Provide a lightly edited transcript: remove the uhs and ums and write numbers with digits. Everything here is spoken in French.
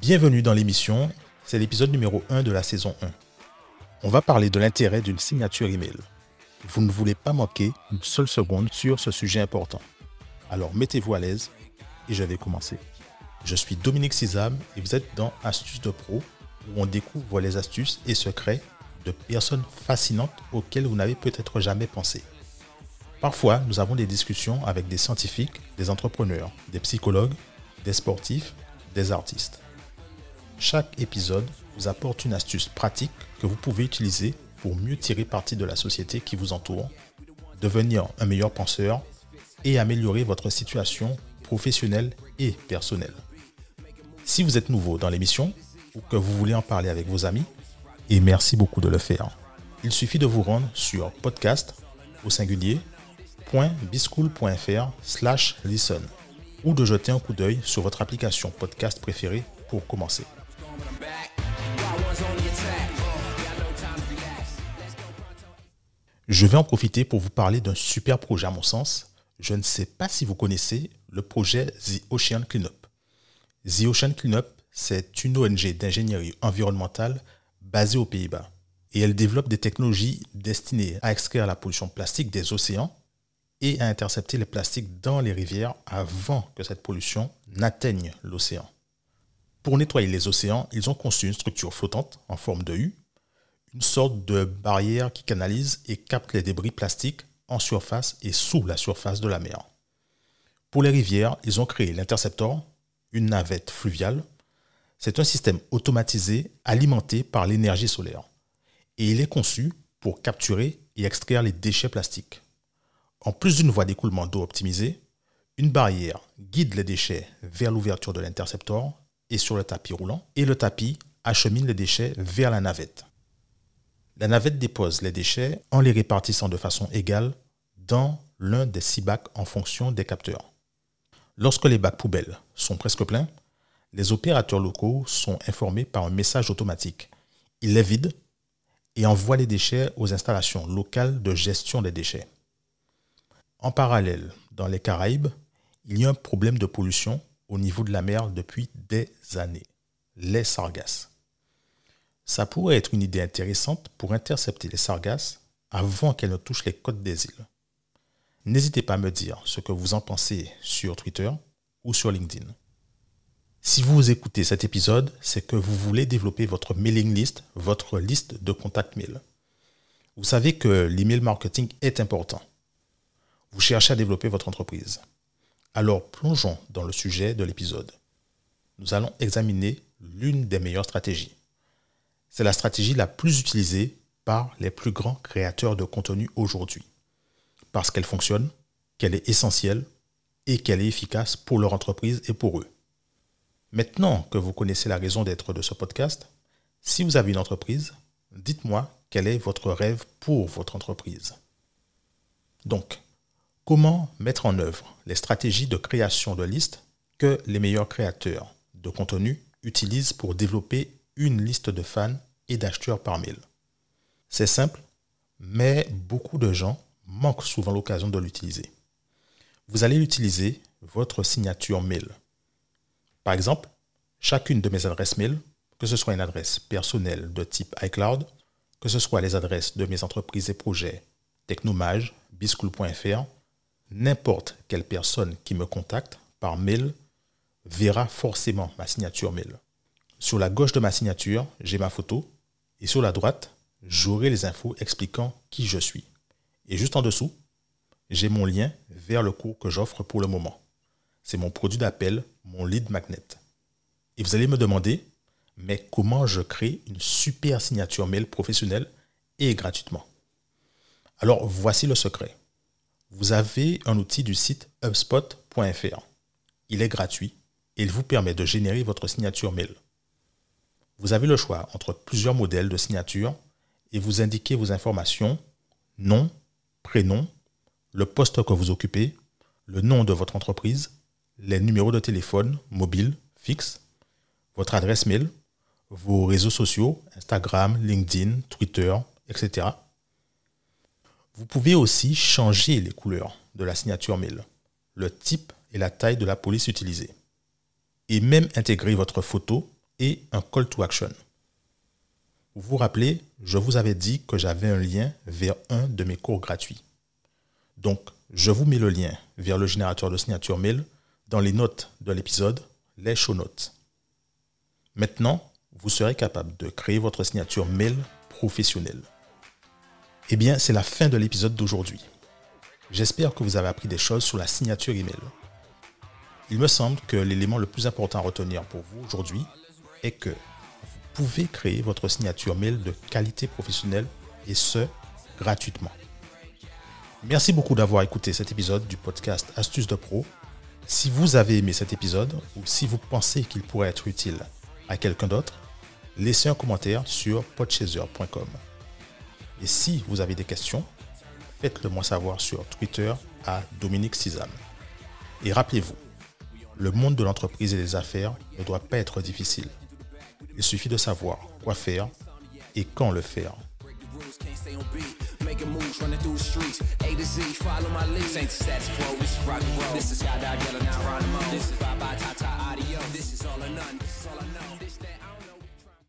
Bienvenue dans l'émission, c'est l'épisode numéro 1 de la saison 1. On va parler de l'intérêt d'une signature email. Vous ne voulez pas manquer une seule seconde sur ce sujet important. Alors mettez-vous à l'aise et je vais commencer. Je suis Dominique Sizam et vous êtes dans Astuces de Pro où on découvre les astuces et secrets de personnes fascinantes auxquelles vous n'avez peut-être jamais pensé. Parfois, nous avons des discussions avec des scientifiques, des entrepreneurs, des psychologues, des sportifs, des artistes. Chaque épisode vous apporte une astuce pratique que vous pouvez utiliser pour mieux tirer parti de la société qui vous entoure, devenir un meilleur penseur et améliorer votre situation professionnelle et personnelle. Si vous êtes nouveau dans l'émission ou que vous voulez en parler avec vos amis, et merci beaucoup de le faire, il suffit de vous rendre sur podcast au singulier .bischool.fr/listen ou de jeter un coup d'œil sur votre application podcast préférée pour commencer. Je vais en profiter pour vous parler d'un super projet à mon sens. Je ne sais pas si vous connaissez le projet The Ocean Cleanup. The Ocean Cleanup, c'est une ONG d'ingénierie environnementale basée aux Pays-Bas. Et elle développe des technologies destinées à extraire la pollution plastique des océans et à intercepter les plastiques dans les rivières avant que cette pollution n'atteigne l'océan. Pour nettoyer les océans, ils ont conçu une structure flottante en forme de U, une sorte de barrière qui canalise et capte les débris plastiques en surface et sous la surface de la mer. Pour les rivières, ils ont créé l'Interceptor, une navette fluviale. C'est un système automatisé alimenté par l'énergie solaire. Et il est conçu pour capturer et extraire les déchets plastiques. En plus d'une voie d'écoulement d'eau optimisée, une barrière guide les déchets vers l'ouverture de l'Interceptor et sur le tapis roulant, et le tapis achemine les déchets vers la navette. La navette dépose les déchets en les répartissant de façon égale dans l'un des 6 bacs en fonction des capteurs. Lorsque les bacs poubelles sont presque pleins, les opérateurs locaux sont informés par un message automatique. Ils les vident et envoient les déchets aux installations locales de gestion des déchets. En parallèle, dans les Caraïbes, il y a un problème de pollution au niveau de la mer depuis des années, les sargasses. Ça pourrait être une idée intéressante pour intercepter les sargasses avant qu'elles ne touchent les côtes des îles. N'hésitez pas à me dire ce que vous en pensez sur Twitter ou sur LinkedIn. Si vous écoutez cet épisode, c'est que vous voulez développer votre mailing list, votre liste de contacts mail. Vous savez que l'email marketing est important. Vous cherchez à développer votre entreprise. Alors plongeons dans le sujet de l'épisode. Nous allons examiner l'une des meilleures stratégies. C'est la stratégie la plus utilisée par les plus grands créateurs de contenu aujourd'hui. Parce qu'elle fonctionne, qu'elle est essentielle et qu'elle est efficace pour leur entreprise et pour eux. Maintenant que vous connaissez la raison d'être de ce podcast, si vous avez une entreprise, dites-moi quel est votre rêve pour votre entreprise. Donc, comment mettre en œuvre les stratégies de création de listes que les meilleurs créateurs de contenu utilisent pour développer une liste de fans et d'acheteurs par mail? C'est simple, mais beaucoup de gens manquent souvent l'occasion de l'utiliser. Vous allez utiliser votre signature mail. Par exemple, chacune de mes adresses mail, que ce soit une adresse personnelle de type iCloud, que ce soit les adresses de mes entreprises et projets Technomage, bischool.fr, n'importe quelle personne qui me contacte par mail verra forcément ma signature mail. Sur la gauche de ma signature, j'ai ma photo et sur la droite, j'aurai les infos expliquant qui je suis. Et juste en dessous, j'ai mon lien vers le cours que j'offre pour le moment. C'est mon produit d'appel, mon lead magnet. Et vous allez me demander, mais comment je crée une super signature mail professionnelle et gratuitement? Alors voici le secret. Vous avez un outil du site hubspot.fr. Il est gratuit et il vous permet de générer votre signature mail. Vous avez le choix entre plusieurs modèles de signature et vous indiquez vos informations, nom, prénom, le poste que vous occupez, le nom de votre entreprise, les numéros de téléphone, mobile, fixe, votre adresse mail, vos réseaux sociaux, Instagram, LinkedIn, Twitter, etc. Vous pouvez aussi changer les couleurs de la signature mail, le type et la taille de la police utilisée. Et même intégrer votre photo et un call to action. Vous vous rappelez, je vous avais dit que j'avais un lien vers un de mes cours gratuits. Donc, je vous mets le lien vers le générateur de signature mail dans les notes de l'épisode, les show notes. Maintenant, vous serez capable de créer votre signature mail professionnelle. Eh bien, c'est la fin de l'épisode d'aujourd'hui. J'espère que vous avez appris des choses sur la signature email. Il me semble que l'élément le plus important à retenir pour vous aujourd'hui est que vous pouvez créer votre signature mail de qualité professionnelle et ce, gratuitement. Merci beaucoup d'avoir écouté cet épisode du podcast Astuces de Pro. Si vous avez aimé cet épisode ou si vous pensez qu'il pourrait être utile à quelqu'un d'autre, laissez un commentaire sur podchaser.com. Et si vous avez des questions, faites-le moi savoir sur Twitter à Dominique Sizam. Et rappelez-vous, le monde de l'entreprise et des affaires ne doit pas être difficile. Il suffit de savoir quoi faire et quand le faire. Making moves, running through the streets. A to Z, follow my lead. Ain't the status quo, this is rock and roll. This is skydiving.